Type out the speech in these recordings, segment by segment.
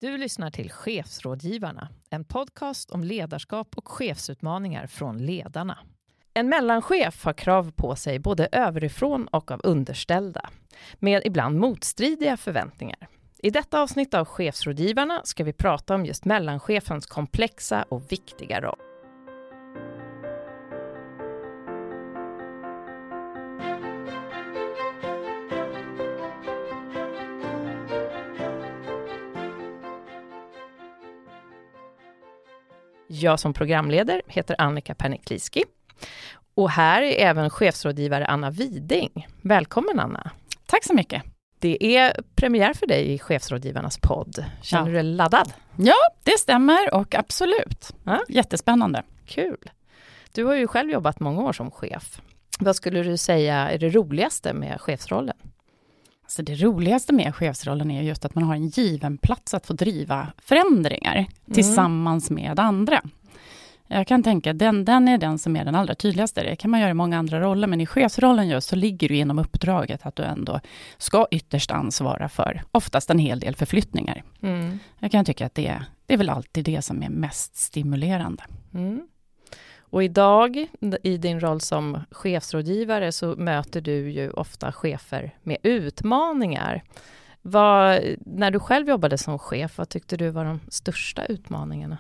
Du lyssnar till Chefsrådgivarna, en podcast om ledarskap och chefsutmaningar från ledarna. En mellanchef har krav på sig både överifrån och av underställda, med ibland motstridiga förväntningar. I detta avsnitt av Chefsrådgivarna ska vi prata om just mellanchefens komplexa och viktiga roll. Jag som programledare heter Annika Pernikliski och här är även chefsrådgivare Anna Widing. Välkommen Anna. Tack så mycket. Det är premiär för dig i Chefsrådgivarnas podd. Känner du dig laddad? Ja, det stämmer och absolut. Ja? Jättespännande. Kul. Du har ju själv jobbat många år som chef. Vad skulle du säga är det roligaste med chefsrollen? Så det roligaste med chefsrollen är just att man har en given plats att få driva förändringar tillsammans med andra. Jag kan tänka att den är den som är den allra tydligaste. Det kan man göra i många andra roller, men i chefsrollen just så ligger du inom uppdraget att du ändå ska ytterst ansvara för oftast en hel del förflyttningar. Jag kan tycka att det är väl alltid det som är mest stimulerande. Och idag i din roll som chefsrådgivare så möter du ju ofta chefer med utmaningar. När du själv jobbade som chef, vad tyckte du var de största utmaningarna?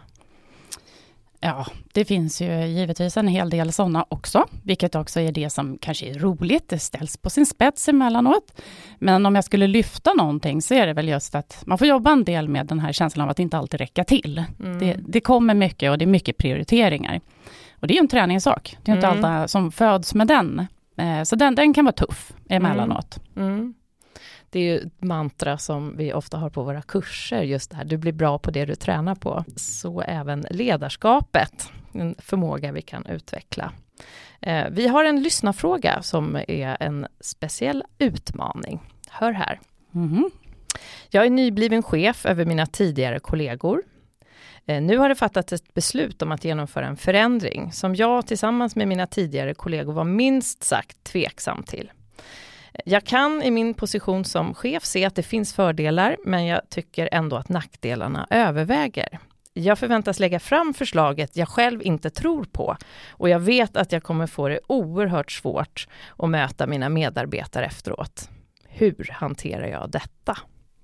Ja, det finns ju givetvis en hel del sådana också, vilket också är det som kanske är roligt. Det ställs på sin spets emellanåt. Men om jag skulle lyfta någonting så är det väl just att man får jobba en del med den här känslan av att inte alltid räcka till. Det kommer mycket och det är mycket prioriteringar. Och det är ju en träningssak. Det är inte alla som föds med den. Så den kan vara tuff emellanåt. Det är ju ett mantra som vi ofta har på våra kurser, just det här. Du blir bra på det du tränar på. Så även ledarskapet, en förmåga vi kan utveckla. Vi har en lyssnarfråga som är en speciell utmaning. Hör här. Jag är nybliven chef över mina tidigare kollegor. Nu har det fattats ett beslut om att genomföra en förändring som jag tillsammans med mina tidigare kollegor var minst sagt tveksam till. Jag kan i min position som chef se att det finns fördelar, men jag tycker ändå att nackdelarna överväger. Jag förväntas lägga fram förslaget jag själv inte tror på och jag vet att jag kommer få det oerhört svårt att möta mina medarbetare efteråt. Hur hanterar jag detta?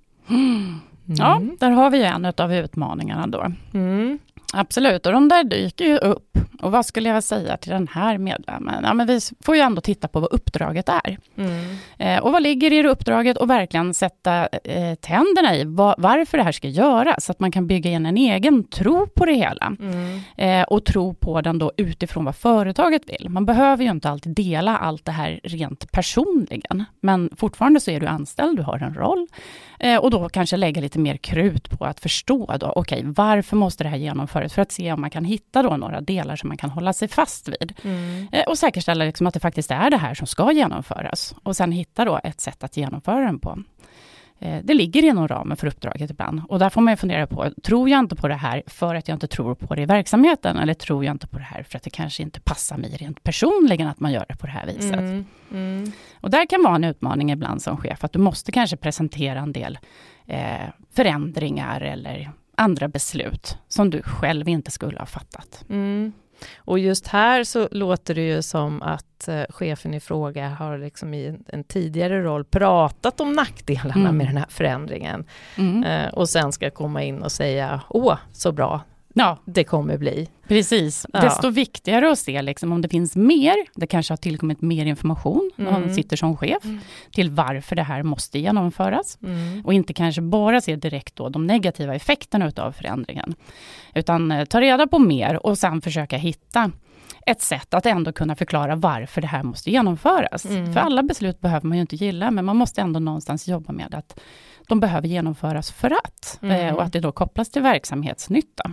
Ja, där har vi ju en av utmaningarna då. Absolut, och de där dyker ju upp. Och vad skulle jag säga till den här medlemmen? Ja, men vi får ju ändå titta på vad uppdraget är. Och vad ligger i det uppdraget och verkligen sätta tänderna i varför det här ska göras. Så att man kan bygga in en egen tro på det hela. Och tro på den då utifrån vad företaget vill. Man behöver ju inte alltid dela allt det här rent personligen. Men fortfarande så är du anställd, du har en roll. Och då kanske lägga lite mer krut på att förstå då, okej, varför måste det här genomföras? För att se om man kan hitta då några delar som man kan hålla sig fast vid. Och säkerställa liksom att det faktiskt är det här som ska genomföras. Och sen hitta då ett sätt att genomföra den på. Det ligger inom ramen för uppdraget ibland. Och där får man ju fundera på, tror jag inte på det här för att jag inte tror på det i verksamheten? Eller tror jag inte på det här för att det kanske inte passar mig rent personligen att man gör det på det här viset? Och där kan vara en utmaning ibland som chef. Att du måste kanske presentera en del förändringar eller andra beslut som du själv inte skulle ha fattat. Och just här så låter det ju som att chefen i fråga har liksom i en tidigare roll pratat om nackdelarna med den här förändringen. Och sen ska komma in och säga, så bra. Ja, det kommer bli. Precis. Ja. Desto viktigare att se liksom, om det finns mer. Det kanske har tillkommit mer information när man sitter som chef till varför det här måste genomföras. Och inte kanske bara se direkt då de negativa effekterna av förändringen. Utan ta reda på mer och sen försöka hitta ett sätt att ändå kunna förklara varför det här måste genomföras. För alla beslut behöver man ju inte gilla, men man måste ändå någonstans jobba med att de behöver genomföras för att. Och att det då kopplas till verksamhetsnytta.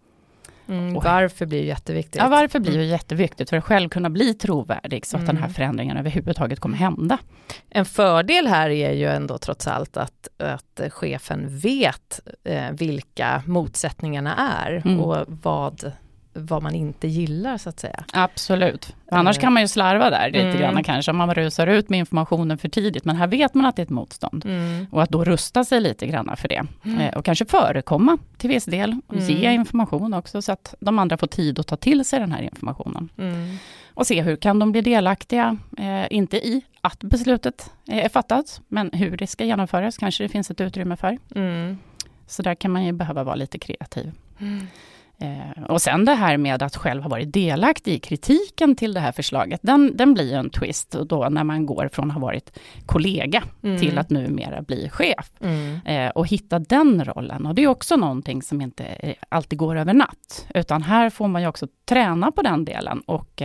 Varför blir det jätteviktigt? Ja, varför blir det jätteviktigt? För att själv kunna bli trovärdig så att den här förändringen överhuvudtaget kommer hända. En fördel här är ju ändå trots allt att chefen vet vilka motsättningarna är och vad man inte gillar så att säga. Absolut. Annars kan man ju slarva där lite grann kanske om man rusar ut med informationen för tidigt. Men här vet man att det är ett motstånd. Och att då rusta sig lite grann för det. Och kanske förekomma till viss del. Och ge information också så att de andra får tid att ta till sig den här informationen. Och se hur kan de bli delaktiga. Inte i att beslutet är fattat. Men hur det ska genomföras kanske det finns ett utrymme för. Så där kan man ju behöva vara lite kreativ. Och sen det här med att själv ha varit delaktig i kritiken till det här förslaget. Den blir en twist då när man går från att ha varit kollega till att numera bli chef. Och hitta den rollen. Och det är också någonting som inte alltid går över natt. Utan här får man ju också träna på den delen och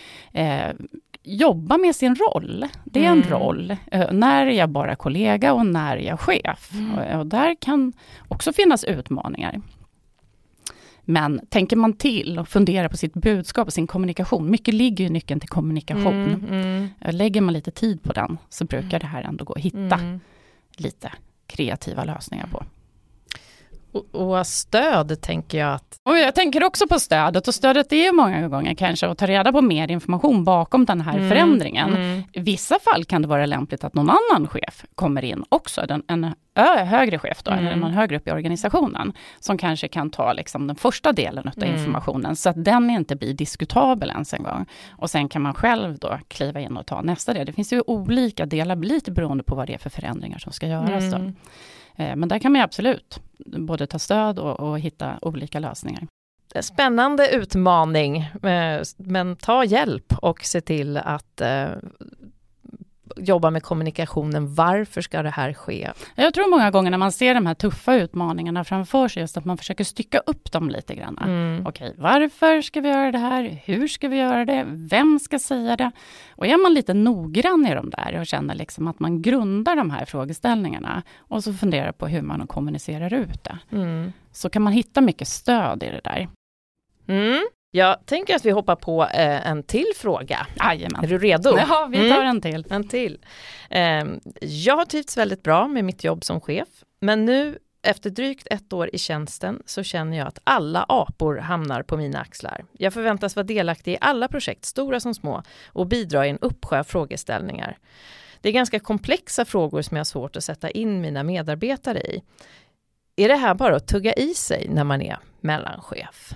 jobba med sin roll. Det är en roll. När är jag bara kollega och när är jag chef? Och där kan också finnas utmaningar. Men tänker man till och funderar på sitt budskap och sin kommunikation. Mycket ligger ju nyckeln till kommunikation. Lägger man lite tid på den så brukar det här ändå gå att hitta lite kreativa lösningar på. Och stöd tänker jag att... Och jag tänker också på stödet. Och stödet är ju många gånger kanske att ta reda på mer information bakom den här förändringen. I vissa fall kan det vara lämpligt att någon annan chef kommer in också. En högre chef då, eller någon högre upp i organisationen. Som kanske kan ta liksom den första delen av informationen. Så att den inte blir diskutabel ens en gång. Och sen kan man själv då kliva in och ta nästa del. Det finns ju olika delar lite beroende på vad det är för förändringar som ska göras då. Men där kan man absolut både ta stöd och hitta olika lösningar. Spännande utmaning, men ta hjälp och se till att jobba med kommunikationen. Varför ska det här ske? Jag tror många gånger när man ser de här tuffa utmaningarna framför sig just att man försöker stycka upp dem lite grann. Okej, varför ska vi göra det här? Hur ska vi göra det? Vem ska säga det? Och är man lite noggrann i de där och känner liksom att man grundar de här frågeställningarna och så funderar på hur man kommunicerar ut det. Så kan man hitta mycket stöd i det där. Jag tänker att vi hoppar på en till fråga. Jajamän. Är du redo? Ja, vi tar en till. En till. Jag har trivts väldigt bra med mitt jobb som chef. Men nu, efter drygt 1 år i tjänsten, så känner jag att alla apor hamnar på mina axlar. Jag förväntas vara delaktig i alla projekt, stora som små, och bidra i en uppsjö frågeställningar. Det är ganska komplexa frågor som jag har svårt att sätta in mina medarbetare i. Är det här bara att tugga i sig när man är mellanchef?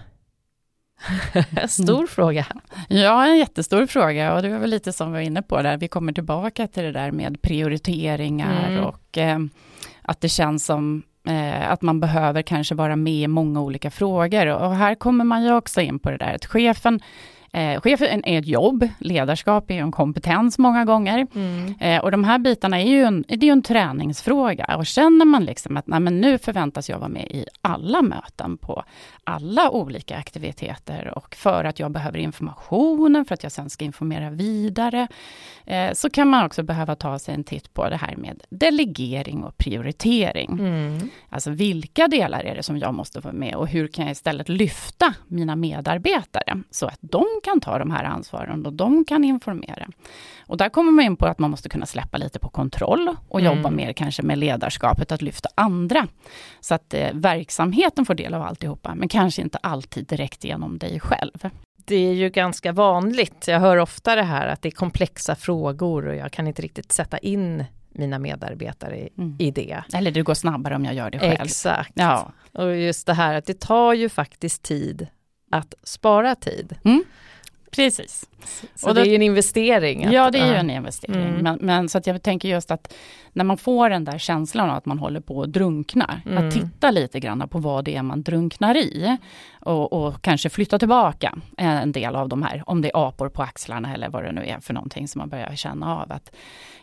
Stor fråga. Ja, en jättestor fråga och det var väl lite som vi var inne på där. Vi kommer tillbaka till det där med prioriteringar och att det känns som att man behöver kanske vara med i många olika frågor. Och här kommer man ju också in på det där att chefen är ett jobb, ledarskap är en kompetens många gånger. Och de här bitarna är ju en träningsfråga. Och känner man liksom att men nu förväntas jag vara med i alla möten på alla olika aktiviteter. Och för att jag behöver informationen, för att jag sen ska informera vidare. Så kan man också behöva ta sig en titt på det här med delegering och prioritering. Alltså vilka delar är det som jag måste vara med och hur kan jag istället lyfta mina medarbetare så att de kan ta de här ansvaren och de kan informera. Och där kommer man in på att man måste kunna släppa lite på kontroll och jobba mer kanske med ledarskapet att lyfta andra. Så att verksamheten får del av alltihopa men kanske inte alltid direkt genom dig själv. Det är ju ganska vanligt. Jag hör ofta det här att det är komplexa frågor och jag kan inte riktigt sätta in mina medarbetare i det. Eller det går snabbare om jag gör det själv. Exakt. Ja. Och just det här att det tar ju faktiskt tid att spara tid. Precis. Så och det är ju en investering. Ja, det är ju en investering. Men så att jag tänker just att när man får den där känslan av att man håller på att drunkna. Att titta lite grann på vad det är man drunknar i. Och kanske flytta tillbaka en del av de här. Om det är apor på axlarna eller vad det nu är för någonting som man börjar känna av. Att,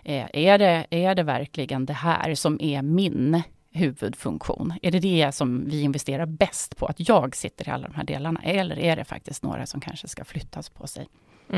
är det verkligen det här som är min huvudfunktion? Är det som vi investerar bäst på? Att jag sitter i alla de här delarna? Eller är det faktiskt några som kanske ska flyttas på sig?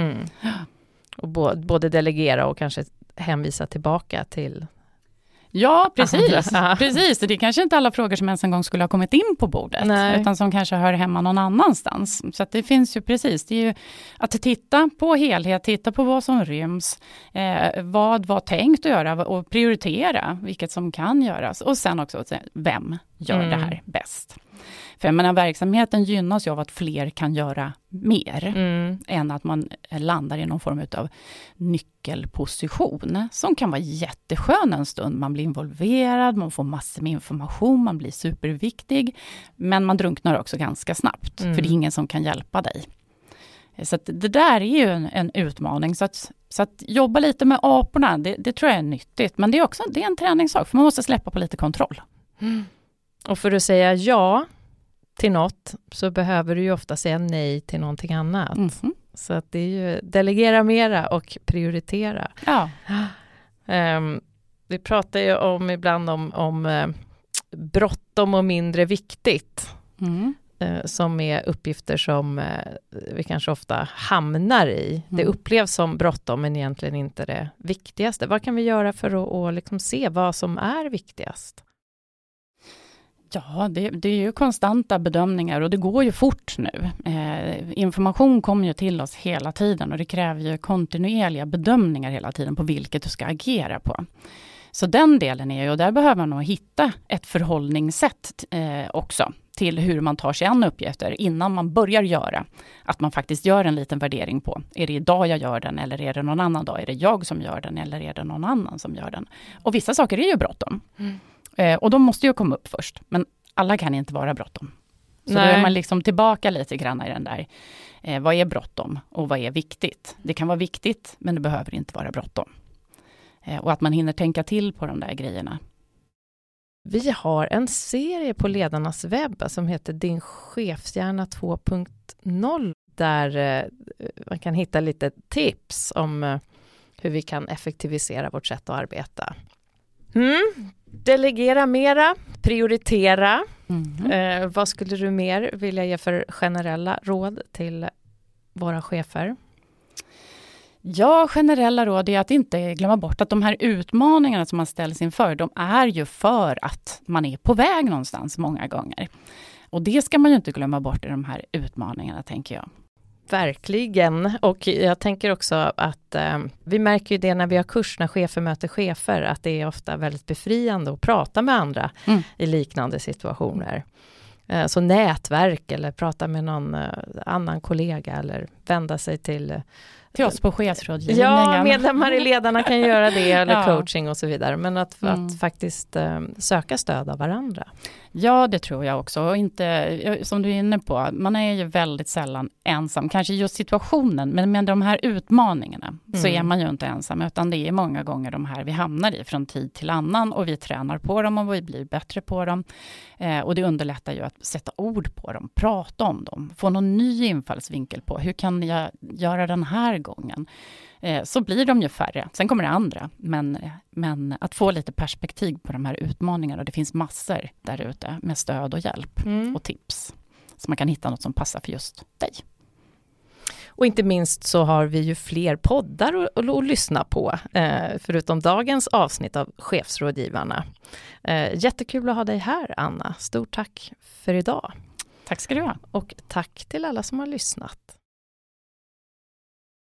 Och både delegera och kanske hänvisa tillbaka till... Ja, precis. Precis. Det är kanske inte alla frågor som ens en gång skulle ha kommit in på bordet. Nej. Utan som kanske hör hemma någon annanstans. Så att det finns ju precis. Det är ju att titta på helhet, titta på vad som ryms. Vad var tänkt att göra och prioritera vilket som kan göras. Och sen också vem gör det här bäst. För jag menar, verksamheten gynnas ju av att fler kan göra mer än att man landar i någon form av nyckelposition som kan vara jätteskön en stund. Man blir involverad, man får massor med information, man blir superviktig, men man drunknar också ganska snabbt för det är ingen som kan hjälpa dig. Så att det där är ju en utmaning. Så att jobba lite med aporna, det tror jag är nyttigt. Men det är en träningssak, för man måste släppa på lite kontroll. Och för att säga ja till något så behöver du ju ofta säga nej till någonting annat. Så att det är ju delegera mera och prioritera. Ja. Vi pratar ju ibland om bråttom och mindre viktigt. Som är uppgifter som vi kanske ofta hamnar i. Det upplevs som bråttom men egentligen inte det viktigaste. Vad kan vi göra för att liksom se vad som är viktigast? Ja, det är ju konstanta bedömningar och det går ju fort nu. Information kommer ju till oss hela tiden och det kräver ju kontinuerliga bedömningar hela tiden på vilket du ska agera på. Så den delen är ju, och där behöver man nog hitta ett förhållningssätt också till hur man tar sig an uppgifter innan man börjar göra. Att man faktiskt gör en liten värdering på, är det idag jag gör den eller är det någon annan dag? Är det jag som gör den eller är det någon annan som gör den? Och vissa saker är ju bråttom. Och de måste ju komma upp först. Men alla kan inte vara bråttom. Så då är man liksom tillbaka lite grann i den där. Vad är bråttom och vad är viktigt? Det kan vara viktigt men det behöver inte vara bråttom. Och att man hinner tänka till på de där grejerna. Vi har en serie på Ledarnas webb som heter Din chefshjärna 2.0 där man kan hitta lite tips om hur vi kan effektivisera vårt sätt att arbeta. Delegera mera, prioritera. Vad skulle du mer vilja ge för generella råd till våra chefer? Ja, generella råd är att inte glömma bort att de här utmaningarna som man ställs inför, de är ju för att man är på väg någonstans många gånger. Och det ska man ju inte glömma bort i de här utmaningarna, tänker jag. Verkligen. Och jag tänker också att vi märker ju det när vi har kurs, när chefer möter chefer, att det är ofta väldigt befriande att prata med andra i liknande situationer. Så nätverk eller prata med någon annan kollega eller vända sig till oss på chefsrådgivningen. Ja, medlemmar i ledarna kan göra det eller coaching och så vidare. Men att faktiskt söka stöd av varandra. Ja, det tror jag också. Och inte, som du är inne på, man är ju väldigt sällan ensam. Kanske just situationen, men med de här utmaningarna så är man ju inte ensam. Utan det är många gånger de här vi hamnar i från tid till annan. Och vi tränar på dem och vi blir bättre på dem. Och det underlättar ju att sätta ord på dem, prata om dem. Få någon ny infallsvinkel på hur kan jag göra den här gången. Så blir de ju färre. Sen kommer det andra. Men att få lite perspektiv på de här utmaningarna. Och det finns massor där ute med stöd och hjälp och tips. Så man kan hitta något som passar för just dig. Och inte minst så har vi ju fler poddar att lyssna på. Förutom dagens avsnitt av Chefsrådgivarna. Jättekul att ha dig här, Anna. Stort tack för idag. Tack ska du ha. Och tack till alla som har lyssnat.